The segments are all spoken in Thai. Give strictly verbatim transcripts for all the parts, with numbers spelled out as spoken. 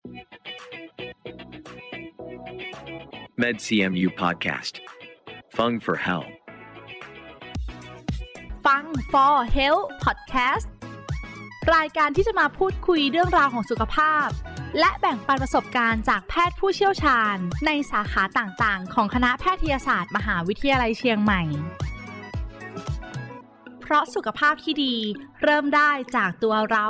MedCMU Podcast. Fung for Health. ฟัง for Health Podcast รายการที่จะมาพูดคุยเรื่องราวของสุขภาพและแบ่งปันประสบการณ์จากแพทย์ผู้เชี่ยวชาญในสาขาต่างๆของคณะแพทยศาสตร์มหาวิทยาลัยเชียงใหม่เพราะสุขภาพที่ดีเริ่มได้จากตัวเรา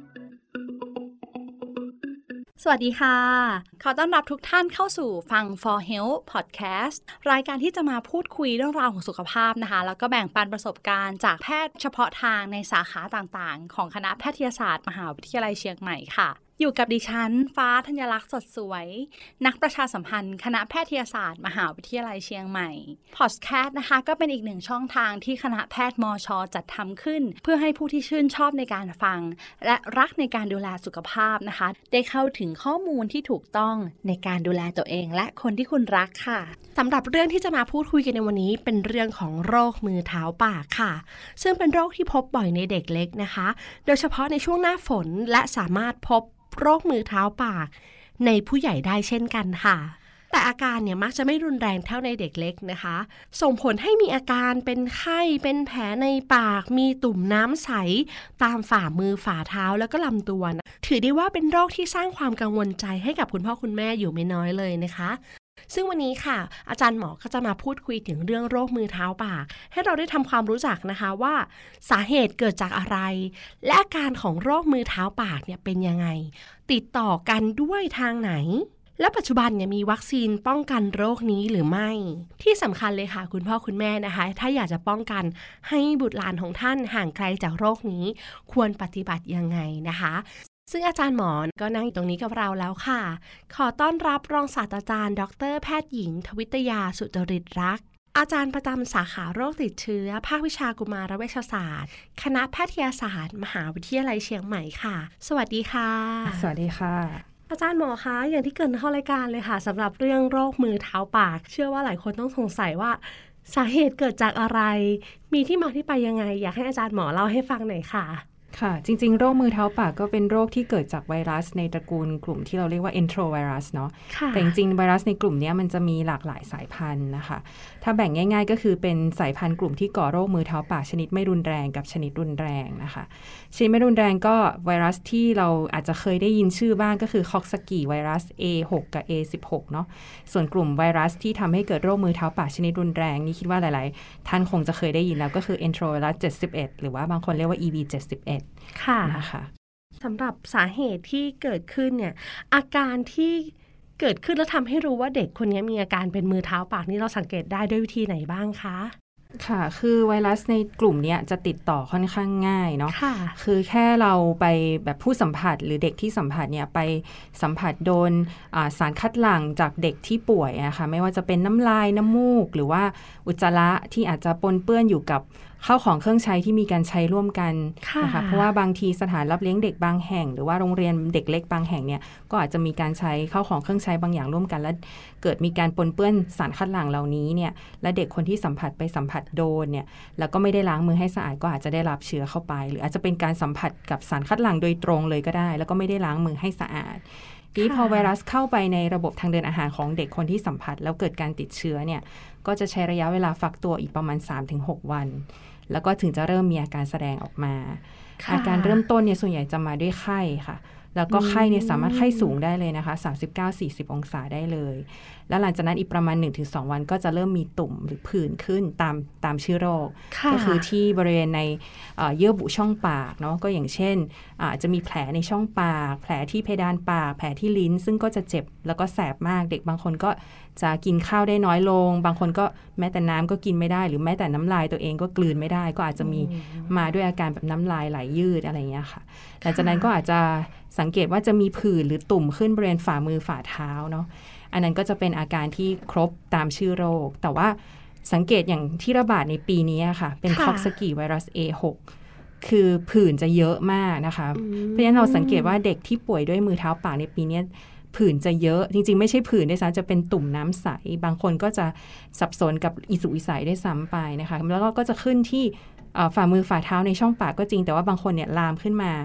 สวัสดีค่ะขอต้อนรับทุกท่านเข้าสู่ฟัง for Health Podcast รายการที่จะมาพูดคุยเรื่องราวของสุขภาพนะคะแล้วก็แบ่งปันประสบการณ์จากแพทย์เฉพาะทางในสาขาต่างๆของคณะแพทยศาสตร์มหาวิทยาลัยเชียงใหม่ค่ะอยู่กับดิฉันฟ้าธัญลักษณ์สดสวยนักประชาสัมพันธ์คณะแพทยศาสตร์มหาวิทยาลัยเชียงใหม่พอดแคสต์นะคะก็เป็นอีกหนึ่งช่องทางที่คณะแพทย์มช.จัดทำขึ้นเพื่อให้ผู้ที่ชื่นชอบในการฟังและรักในการดูแลสุขภาพนะคะได้เข้าถึงข้อมูลที่ถูกต้องในการดูแลตัวเองและคนที่คุณรักค่ะสำหรับเรื่องที่จะมาพูดคุยกันในวันนี้เป็นเรื่องของโรคมือเท้าปากค่ะซึ่งเป็นโรคที่พบบ่อยในเด็กเล็กนะคะโดยเฉพาะในช่วงหน้าฝนและสามารถพบโรคมือเท้าปากในผู้ใหญ่ได้เช่นกันค่ะแต่อาการเนี่ยมักจะไม่รุนแรงเท่าในเด็กเล็กนะคะส่งผลให้มีอาการเป็นไข้เป็นแผลในปากมีตุ่มน้ำใสตามฝ่ามือฝ่าเท้าแล้วก็ลำตัวนะถือได้ว่าเป็นโรคที่สร้างความกังวลใจให้กับคุณพ่อคุณแม่อยู่ไม่น้อยเลยนะคะซึ่งวันนี้ค่ะอาจารย์หมอก็จะมาพูดคุยถึงเรื่องโรคมือเท้าปากให้เราได้ทำความรู้จักนะคะว่าสาเหตุเกิดจากอะไรและอาการของโรคมือเท้าปากเนี่ยเป็นยังไงติดต่อกันด้วยทางไหนและปัจจุบันเนี่ยมีวัคซีนป้องกันโรคนี้หรือไม่ที่สำคัญเลยค่ะคุณพ่อคุณแม่นะคะถ้าอยากจะป้องกันให้บุตรหลานของท่านห่างไกลจากโรคนี้ควรปฏิบัติยังไงนะคะซึ่งอาจารย์หมอก็นั่งอยู่ตรงนี้กับเราแล้วค่ะขอต้อนรับรองศาสตราจารย์ดร.แพทย์หญิงทวิตยาสุจริตรักษ์อาจารย์ประจำสาขาโรคติดเชื้อภาควิชากุมารเวชศาสตร์คณะแพทยศาสตร์มหาวิทยาลัยเชียงใหม่ค่ะสวัสดีค่ะสวัสดีค่ะอาจารย์หมอคะอย่างที่เกริ่นเข้ารายการเลยค่ะสำหรับเรื่องโรคมือเท้าปากเชื่อว่าหลายคนต้องสงสัยว่าสาเหตุเกิดจากอะไรมีที่มาที่ไปยังไงอยากให้อาจารย์หมอเล่าให้ฟังหน่อยค่ะค่ะจริงๆโรคมือเท้าปากก็เป็นโรคที่เกิดจากไวรัสในตระกูลกลุ่มที่เราเรียกว่า enterovirus เนาะแต่จริงๆไวรัสในกลุ่มนี้มันจะมีหลากหลายสายพันธุ์นะคะถ้าแบ่งง่ายๆก็คือเป็นสายพันธุ์กลุ่มที่ก่อโรคมือเท้าปากชนิดไม่รุนแรงกับชนิดรุนแรงนะคะชนิดไม่รุนแรงก็ไวรัสที่เราอาจจะเคยได้ยินชื่อบ้างก็คือคอกซากิไวรัส เอ หก กับ เอ สิบหก เนาะส่วนกลุ่มไวรัสที่ทำให้เกิดโรคมือเท้าปากชนิดรุนแรงนี่คิดว่าหลายๆท่านคงจะเคยได้ยินแล้วก็คือ enterovirus เจ็ดสิบเอ็ดหรือว่าบางคนเรียกว่า อี บี เจ็ดสิบเอ็ดค่ะนะคะสำหรับสาเหตุที่เกิดขึ้นเนี่ยอาการที่เกิดขึ้นแล้วทำให้รู้ว่าเด็กคนนี้มีอาการเป็นมือเท้าปากนี่เราสังเกตได้ด้วยวิธีไหนบ้างคะค่ะคือไวรัสในกลุ่มนี้จะติดต่อค่อนข้างง่ายเนาะะคือแค่เราไปแบบผู้สัมผัสหรือเด็กที่สัมผัสเนี่ยไปสัมผัสโดนสารคัดหลั่งจากเด็กที่ป่วยนะคะไม่ว่าจะเป็นน้ำลายน้ำมูกหรือว่าอุจจาระที่อาจจะปนเปื้อนอยู่กับข้าวของเครื่องใช้ที่มีการใช้ร่วมกันนะคะเพราะว่าบางทีสถานรับเลี้ยงเด็กบางแห่งหรือว่าโรงเรียนเด็กเล็กบางแห่งเนี่ยก็อาจจะมีการใช้ข้าวของเครื่องใช้บางอย่างร่วมกันและเกิดมีการปนเปื้อนสารคัดหลั่งเหล่านี้เนี่ยและเด็กคนที่สัมผัสไปสัมผัสโดนเนี่ยแล้วก็ไม่ได้ล้างมือให้สะอาดก็อาจจะได้รับเชื้อเข้าไปหรืออาจจะเป็นการสัมผัสกับสารคัดหลั่งโดยตรงเลยก็ได้แล้วก็ไม่ได้ล้างมือให้สะอาดที่พอไวรัสเข้าไปในระบบทางเดินอาหารของเด็กคนที่สัมผัสแล้วเกิดการติดเชื้อเนี่ยก็จะใช้ระยะเวลาฟักตัวอีกประมาณ สามถึงหก วันแล้วก็ถึงจะเริ่มมีอาการแสดงออกมาอาการเริ่มต้นเนี่ยส่วนใหญ่จะมาด้วยไข้ค่ะแล้วก็ไข้เนี่ยสามารถไข้สูงได้เลยนะคะ สามสิบเก้าถึงสี่สิบ องศาได้เลยแล้วหลังจากนั้นอีกประมาณ หนึ่งถึงสอง วันก็จะเริ่มมีตุ่มหรือผื่นขึ้นตามตามชื่อโรคก็คือที่บริเวณในเยื่อบุช่องปากเนาะก็อย่างเช่นอาจจะมีแผลในช่องปากแผลที่เพดานปากแผลที่ลิ้นซึ่งก็จะเจ็บแล้วก็แสบมากเด็กบางคนก็จะกินข้าวได้น้อยลงบางคนก็แม้แต่น้ำก็กินไม่ได้หรือแม้แต่น้ำลายตัวเองก็กลืนไม่ได้ก็อาจจะมีมาด้วยอาการแบบน้ำลายไหลยืดอะไรอย่างเงี้ยค่ะหลังจากนั้นก็อาจจะสังเกตว่าจะมีผื่นหรือตุ่มขึ้นบริเวณฝ่ามือฝ่าเท้าเนาะอันนั้นก็จะเป็นอาการที่ครบตามชื่อโรคแต่ว่าสังเกตอย่างที่ระบาดในปีนี้ค่ะเป็นคอกซากิไวรัส เอ หก คือผื่นจะเยอะมากนะคะเพราะฉะนั้นเราสังเกตว่าเด็กที่ป่วยด้วยมือเท้าปากในปีนี้ผื่นจะเยอะจริงๆไม่ใช่ผื่นด้วยซ้ำจะเป็นตุ่มน้ำใสบางคนก็จะสับสนกับอิสุอิสัยได้ซ้ำไปนะคะแล้วก็จะขึ้นที่ฝ่ามือฝ่าเท้าในช่องปากก็จริงแต่ว่าบางคนเนี่ยลามขึ้นมา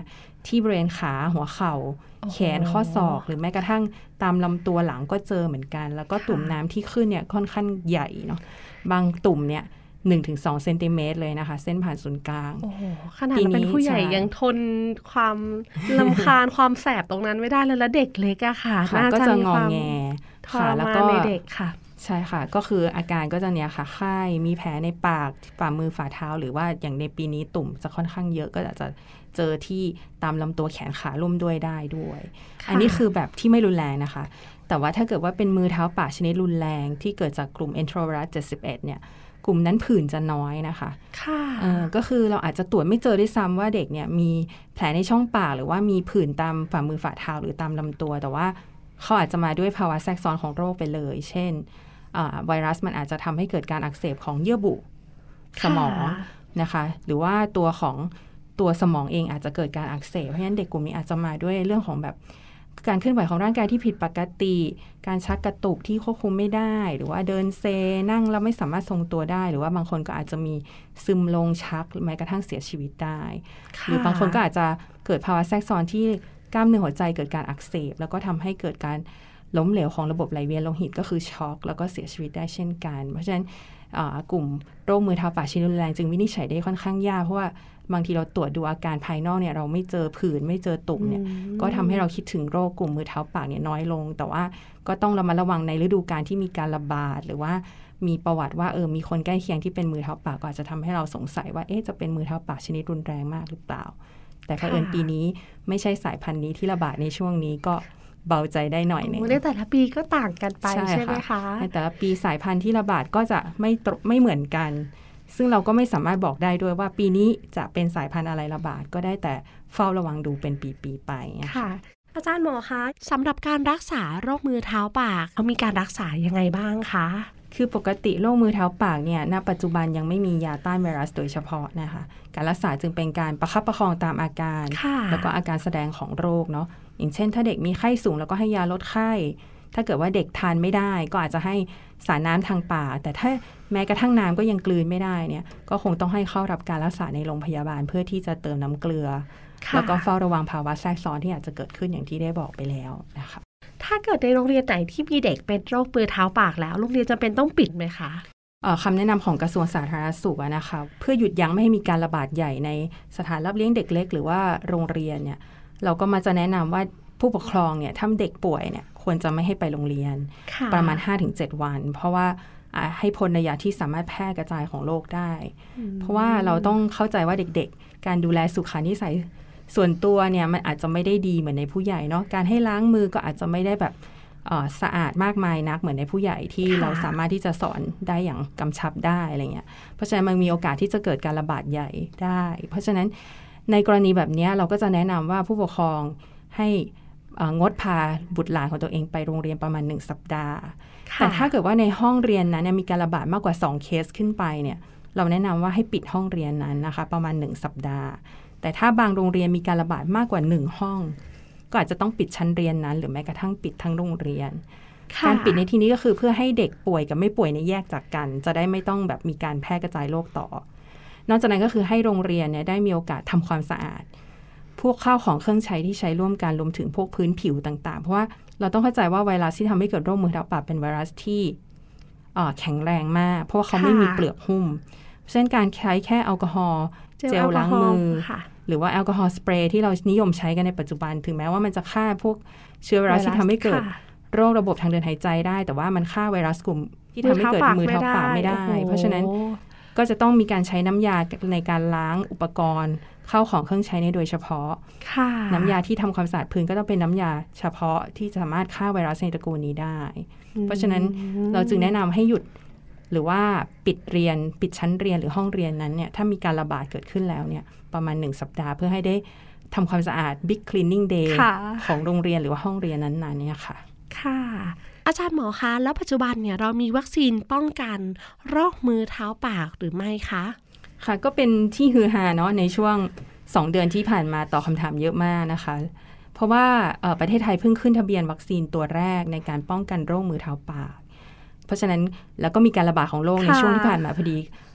ที่บริเวณขาหัวเข่าแขนข้อศอกหรือแม้กระทั่งตามลำตัวหลังก็เจอเหมือนกันแล้วก็ตุ่มน้ำที่ขึ้นเนี่ยค่อนข้างใหญ่เนาะบางตุ่มเนี่ยหนึ่งถึงสองเซนติเมตรเลยนะคะเส้นผ่านศูนย์กลางโอ้โหขนาดเราเป็นผู้ใหญ่ยังทนความรำคาญความแสบตรงนั้นไม่ได้เลยแล้วเด็กเล็กอะค่ะน่าจะมีความทรมานในเด็กค่ะใช่ค่ะก็คืออาการก็จะเนี้ยค่ะไข้มีแผลในปากฝ่ามือฝ่าเท้าหรือว่าอย่างในปีนี้ตุ่มจะค่อนข้างเยอะก็อาจจะเจอที่ตามลำตัวแขนขาร่วมด้วยได้ด้วยอันนี้คือแบบที่ไม่รุนแรงนะคะแต่ว่าถ้าเกิดว่าเป็นมือเท้าปากชนิดรุนแรงที่เกิดจากกลุ่ม Enterovirus เจ็ดสิบเอ็ดเนี่ยกลุ่มนั้นผื่นจะน้อยนะคะค่ะเออก็คือเราอาจจะตรวจไม่เจอด้วยซ้ำว่าเด็กเนี่ยมีแผลในช่องปากหรือว่ามีผื่นตามฝ่ามือฝ่าเท้าหรือตามลำตัวแต่ว่าเขาอาจจะมาด้วยภาวะแทรกซ้อนของโรคไปเลยเช่นไวรัสมันอาจจะทำให้เกิดการอักเสบของเยื่อบุสมองนะคะหรือว่าตัวของตัวสมองเองอาจจะเกิดการอักเสบเพราะฉะนั้นเด็กกลุ่มนี้อาจจะมาด้วยเรื่องของแบบการเคลื่อนไหวของร่างกายที่ผิดปกติการชักกระตุกที่ควบคุมไม่ได้หรือว่าเดินเซนั่งแล้วไม่สามารถทรงตัวได้หรือว่าบางคนก็อาจจะมีซึมลงชักแม้กระทั่งเสียชีวิตได้หรือบางคนก็อาจจะเกิดภาวะแทรกซ้อนที่กล้ามเนื้อหัวใจเกิดการอักเสบแล้วก็ทำให้เกิดการล้มเหลวของระบบไหลเวียนโลหิตก็คือช็อกแล้วก็เสียชีวิตได้เช่นกันเพราะฉะนั้นกลุ่มโรคมือเท้าปากชนิดรุนแรงจึงวินิจฉัยได้ค่อนข้างยากเพราะว่าบางทีเราตรวจดูอาการภายนอกเนี่ยเราไม่เจอผื่นไม่เจอตุ่มเนี่ยก็ทำให้เราคิดถึงโรคกลุ่มมือเท้าปากเนี่ยน้อยลงแต่ว่าก็ต้องระมัดระวังในฤดูกาลที่มีการระบาดหรือว่ามีประวัติว่าเออมีคนใกล้เคียงที่เป็นมือเท้าปากก็อาจจะทำให้เราสงสัยว่าเอ๊ะจะเป็นมือเท้าปากชนิดรุนแรงมากหรือเปล่าแต่เผอิญปีนี้ไม่ใช่สายพันธุ์นี้ที่ระบาดในช่วงนี้ก็เบาใจได้หน่อยนึงในแต่ละปีก็ต่างกันไปใช่ไหมคะในแต่ละปีสายพันธุ์ที่ระบาดก็จะไม่ไม่เหมือนกันซึ่งเราก็ไม่สามารถบอกได้ด้วยว่าปีนี้จะเป็นสายพันธุ์อะไรระบาดก็ได้แต่เฝ้าระวังดูเป็นปีๆไปค่ะอาจารย์หมอคะสำหรับการรักษาโรคมือเท้าปากเขามีการรักษายังไงบ้างคะคือปกติโรคมือเท้าปากเนี่ยณปัจจุบันยังไม่มียาต้านไวรัสโดยเฉพาะนะคะการรักษาจึงเป็นการประคับประคองตามอาการแล้วก็อาการแสดงของโรคเนาะอย่างเช่นถ้าเด็กมีไข้สูงแล้วก็ให้ยาลดไข้ถ้าเกิดว่าเด็กทานไม่ได้ก็อาจจะให้สารน้ำทางปากแต่ถ้าแม้กระทั่งน้ำก็ยังกลืนไม่ได้เนี่ยก็คงต้องให้เข้ารับการรักษาในโรงพยาบาลเพื่อที่จะเติมน้ำเกลือแล้วก็เฝ้าระวังภาวะแทรกซ้อนที่อาจจะเกิดขึ้นอย่างที่ได้บอกไปแล้วนะคะถ้าเกิดในโรงเรียนไหนที่มีเด็กเป็นโรคมือเท้าปากแล้วโรงเรียนจำเป็นต้องปิดไหมคะคำแนะนำของกระทรวงสาธารณสุขนะคะเพื่อหยุดยั้งไม่ให้มีการระบาดใหญ่ในสถานรับเลี้ยงเด็กเล็กหรือว่าโรงเรียนเนี่ยเราก็มาจะแนะนำว่าผู้ปกครองเนี่ยถ้าเด็กป่วยเนี่ยควรจะไม่ให้ไปโรงเรียนประมาณ ห้าถึงเจ็ด วันเพราะว่าให้พ้นระยะที่สามารถแพร่กระจายของโรคได้เพราะว่าเราต้องเข้าใจว่าเด็กๆการดูแลสุขนิสัยส่วนตัวเนี่ยมันอาจจะไม่ได้ดีเหมือนในผู้ใหญ่เนาะการให้ล้างมือก็อาจจะไม่ได้แบบสะอาดมากมายนักเหมือนในผู้ใหญ่ที่เราสามารถที่จะสอนได้อย่างกำชับได้อะไรเงี้ยเพราะฉะนั้นมันมีโอกาสที่จะเกิดการระบาดใหญ่ได้เพราะฉะนั้นในกรณีแบบนี้เราก็จะแนะนำว่าผู้ปกครองให้งดพาบุตรหลานของตัวเองไปโรงเรียนประมาณหนึ่งสัปดาห์แต่ถ้าเกิดว่าในห้องเรียนนั้นมีการระบาดมากกว่าสองเคสขึ้นไปเนี่ยเราแนะนำว่าให้ปิดห้องเรียนนั้นนะคะประมาณหนึ่งสัปดาห์แต่ถ้าบางโรงเรียนมีการระบาดมากกว่าหนึ่งห้องก็อาจจะต้องปิดชั้นเรียนนั้นหรือแม้กระทั่งปิดทั้งโรงเรียนการปิดในที่นี้ก็คือเพื่อให้เด็กป่วยกับไม่ป่วยเนี่ยแยกจากกันจะได้ไม่ต้องแบบมีการแพร่กระจายโรคต่อนอกจากนั้นก็คือให้โรงเรียนเนี่ยได้มีโอกาสทำความสะอาดพวกข้าวของเครื่องใช้ที่ใช้ร่วมกันรวมถึงพวกพื้นผิวต่างๆเพราะว่าเราต้องเข้าใจว่าไวรัสที่ทำให้เกิดโรคมือเท้าปากเป็นไวรัสที่แข็งแรงมากเพราะว่าเขาไม่มีเปลือกหุ้มเช่นการใช้แค่แอลกอฮอล์เจลล้างมือหรือว่าแอลกอฮอล์สเปรย์ที่เรานิยมใช้กันในปัจจุบันถึงแม้ว่ามันจะฆ่าพวกเชื้อไวรัสที่ทำให้เกิดโรคระบบทางเดินหายใจได้แต่ว่ามันฆ่าไวรัสกลุ่มที่ทำให้เกิดมือเท้าปากไม่ได้เพราะฉะนั้นก็จะต้องมีการใช้น้ำยาในการล้างอุปกรณ์เข้าของเครื่องใช้ในโดยเฉพาะน้ำยาที่ทำความสะอาดพื้นก็ต้องเป็นน้ำยาเฉพาะที่สามารถฆ่าไวรัสในตระกูลนี้ได้เพราะฉะนั้นเราจึงแนะนำให้หยุดหรือว่าปิดเรียนปิดชั้นเรียนหรือห้องเรียนนั้นเนี่ยถ้ามีการระบาดเกิดขึ้นแล้วเนี่ยประมาณหนึ่งสัปดาห์เพื่อให้ได้ทำความสะอาด Big Cleaning Day ของโรงเรียนหรือว่าห้องเรียนนั้นๆเนี่ยค่ะค่ะอาจารย์หมอคะแล้วปัจจุบันเนี่ยเรามีวัคซีนป้องกันโรคมือเท้าปากหรือไม่คะค่ะก็เป็นที่ฮือฮาเนาะในช่วงสองเดือนที่ผ่านมาตอบคำถามเยอะมากนะคะเพราะว่าประเทศไทยเพิ่งขึ้นทะเบียนวัคซีนตัวแรกในการป้องกันโรคมือเท้าปากเพราะฉะนั้นแล้วก็มีการระบาดของโรคในช่วงที่ผ่านมาพอดี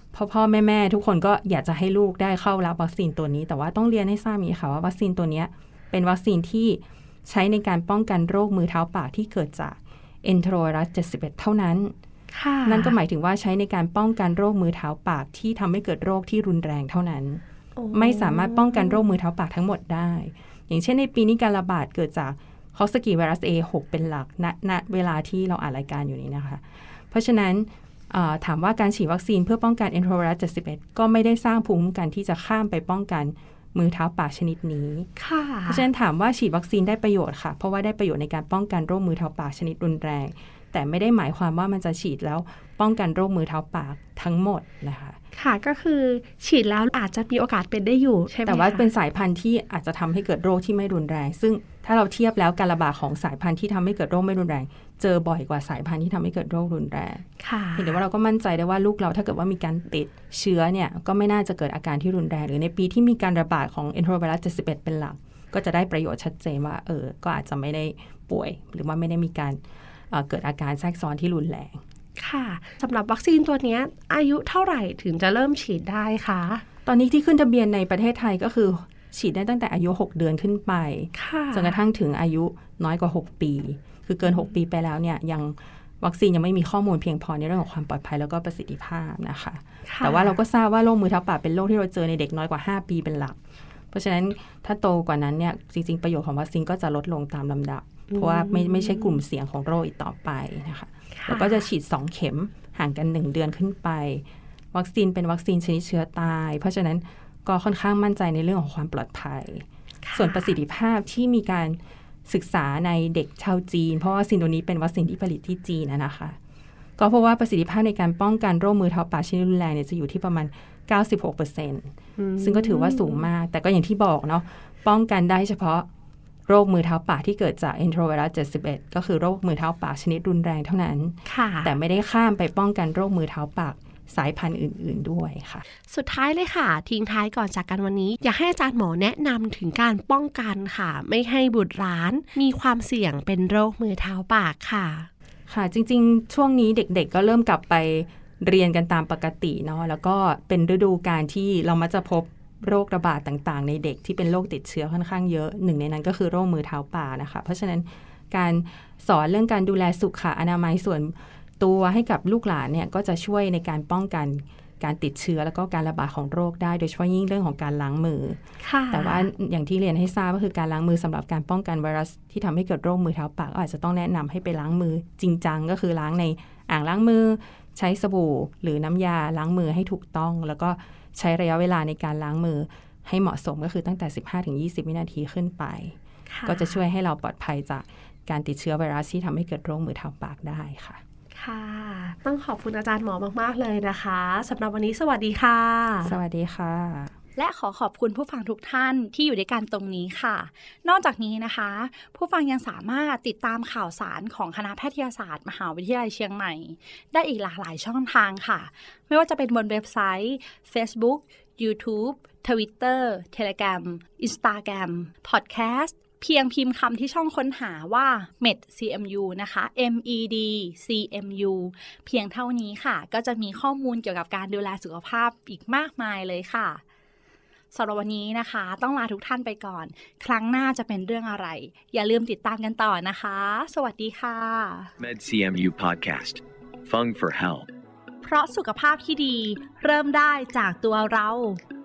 พ่อพ่อแม่แม่ทุกคนก็อยากจะให้ลูกได้เข้ารับวัคซีนตัวนี้แต่ว่าต้องเรียนให้ทราบมีค่ะว่าวัคซีนตัวนี้เป็นวัคซีนที่ใช้ในการป้องกันโรคมือเท้าปากที่เกิดจากเอนโทรไวรัสเจ็ดสิบเอ็ดเท่านั้นนั่นก็หมายถึงว่าใช้ในการป้องกันโรคมือเท้าปากที่ทำให้เกิดโรคที่รุนแรงเท่านั้นไม่สามารถป้องกันโรคมือเท้าปากทั้งหมดได้อย่างเช่นในปีนี้การระบาดเกิดจากคอกซากิไวรัส เอ หก เป็นหลักณณเวลาที่เราอ่านรายการอยู่นี้นะคะเพราะฉะนั้นถามว่าการฉีดวัคซีนเพื่อป้องกันเอนโทรไวรัสเจ็ดสิบเอ็ดก็ไม่ได้สร้างภูมิคุ้มกันที่จะข้ามไปป้องกันมือเท้าปากชนิดนี้เพราะฉะนั้นถามว่าฉีดวัคซีนได้ประโยชน์ค่ะเพราะว่าได้ประโยชน์ในการป้องกันโรคมือเท้าปากชนิดรุนแรงแต่ไม่ได้หมายความว่ามันจะฉีดแล้วป้องกันโรคมือเท้าปากทั้งหมดนะคะค่ะก็คือฉีดแล้วอาจจะมีโอกาสเป็นได้อยู่ใช่ไหมแต่ว่าเป็นสายพันธุ์ที่อาจจะทำให้เกิดโรคที่ไม่รุนแรงซึ่งถ้าเราเทียบแล้วการระบาดของสายพันธุ์ที่ทำให้เกิดโรคไม่รุนแรงเจอบ่อยกว่าสายพันธุ์ที่ทำให้เกิดโรครุนแรงเห็นแต่ว่าเราก็มั่นใจได้ว่าลูกเราถ้าเกิดว่ามีการติดเชื้อเนี่ยก็ไม่น่าจะเกิดอาการที่รุนแรงหรือในปีที่มีการระบาดของเอนโทรไวรัสเจ็ดสิบเอ็ดเป็นหลักก็จะได้ประโยชน์ชัดเจนว่าเออก็อาจจะไม่ได้ป่วยหรือว่าไม่ได้มีการเอ่อเกิดอาการแทรกซ้อนที่รุนแรงค่ะสำหรับวัคซีนตัวนี้อายุเท่าไหร่ถึงจะเริ่มฉีดได้คะตอนนี้ที่ขึ้นทะเบียนในประเทศไทยก็คือฉีดได้ตั้งแต่อายุหกเดือนขึ้นไปจนกระทั่งถึงอายุน้อยกว่าหกปีคือเกินหกปีไปแล้วเนี่ยยังวัคซีนยังไม่มีข้อมูลเพียงพอในเรื่องของความปลอดภัยแล้วก็ประสิทธิภาพนะคะแต่ว่าเราก็ทราบว่าโรคมือเท้าปากเป็นโรคที่เราเจอในเด็กน้อยกว่าห้าปีเป็นหลักเพราะฉะนั้นถ้าโตกว่านั้นเนี่ยจริงๆประโยชน์ของวัคซีนก็จะลดลงตามลำดับเพราะว่าไม่ไม่ใช่กลุ่มเสี่ยงของโรคอีกต่อไปนะคะแล้วก็จะฉีดสองเข็มห่างกันหนึ่งเดือนขึ้นไปวัคซีนเป็นวัคซีนชนิดเชื้อตายเพราะฉะนั้นก็ค่อนข้างมั่นใจในเรื่องของความปลอดภัยส่วนประสิทธิภาพที่มีการศึกษาในเด็กชาวจีนเพราะว่าวัคซีนตัวนี้เป็นวัคซีนที่ผลิตที่จีนนะคะก็เพราะว่าประสิทธิภาพในการป้องกันโรคมือเท้าปากชนิดรุนแรงเนี่ยจะอยู่ที่ประมาณ เก้าสิบหกเปอร์เซ็นต์ ซึ่งก็ถือว่าสูงมากแต่ก็อย่างที่บอกเนาะป้องกันได้เฉพาะโรคมือเท้าปากที่เกิดจากเอนโทรไวรัสเจ็ดสิบเอ็ดก็คือโรคมือเท้าปากชนิดรุนแรงเท่านั้นแต่ไม่ได้ข้ามไปป้องกันโรคมือเท้าปากสายพันธุ์อื่นๆด้วยค่ะสุดท้ายเลยค่ะทิ้งท้ายก่อนจากกันวันนี้อยากให้อาจารย์หมอแนะนำถึงการป้องกันค่ะไม่ให้บุตรหลานมีความเสี่ยงเป็นโรคมือเท้าปากค่ะค่ะจริงๆช่วงนี้เด็กๆก็เริ่มกลับไปเรียนกันตามปกติเนาะแล้วก็เป็นฤดูกาลที่เรามักจะพบโรคระบาดต่างๆในเด็กที่เป็นโรคติดเชื้อค่อนข้างเยอะหนึ่งในนั้นก็คือโรคมือเท้าปากนะคะเพราะฉะนั้นการสอนเรื่องการดูแลสุขอนามัยส่วนตัวให้กับลูกหลานเนี่ยก็จะช่วยในการป้องกันการติดเชื้อแล้วก็การระบาดของโรคได้โดยเฉพาะยิ่งเรื่องของการล้างมือแต่ว่าอย่างที่เรียนให้ทราบก็คือการล้างมือสำหรับการป้องกันไวรัสที่ทำให้เกิดโรคมือเท้าปากอาจจะต้องแนะนำให้ไปล้างมือจริงจังก็คือล้างในอ่างล้างมือใช้สบู่หรือน้ำยาล้างมือให้ถูกต้องแล้วก็ใช้ระยะเวลาในการล้างมือให้เหมาะสมก็คือตั้งแต่ สิบห้าถึงยี่สิบ วินาทีขึ้นไปก็จะช่วยให้เราปลอดภัยจากการติดเชื้อไวรัสที่ทำให้เกิดโรคมือเท้าปากได้ค่ะค่ะต้องขอบคุณอาจารย์หมอมากๆเลยนะคะสำหรับวันนี้สวัสดีค่ะสวัสดีค่ะและขอขอบคุณผู้ฟังทุกท่านที่อยู่ด้วยกันตรงนี้ค่ะนอกจากนี้นะคะผู้ฟังยังสามารถติดตามข่าวสารของคณะแพทยศาสตร์มหาวิทยาลัยเชียงใหม่ได้อีกหลากหลายช่องทางค่ะไม่ว่าจะเป็นบนเว็บไซต์ Facebook YouTube Twitter Telegram Instagram Podcast เพียงพิมพ์คำที่ช่องค้นหาว่า เมด ซี เอ็ม ยู นะคะ เอ็ม อี ดี ซี เอ็ม ยู เพียงเท่านี้ค่ะก็จะมีข้อมูลเกี่ยวกับการดูแลสุขภาพอีกมากมายเลยค่ะสำหรับวันนี้นะคะต้องลาทุกท่านไปก่อนครั้งหน้าจะเป็นเรื่องอะไรอย่าลืมติดตามกันต่อนะคะสวัสดีค่ะเมด ซี เอ็ม ยู Podcast Fung for Health เพราะสุขภาพที่ดีเริ่มได้จากตัวเรา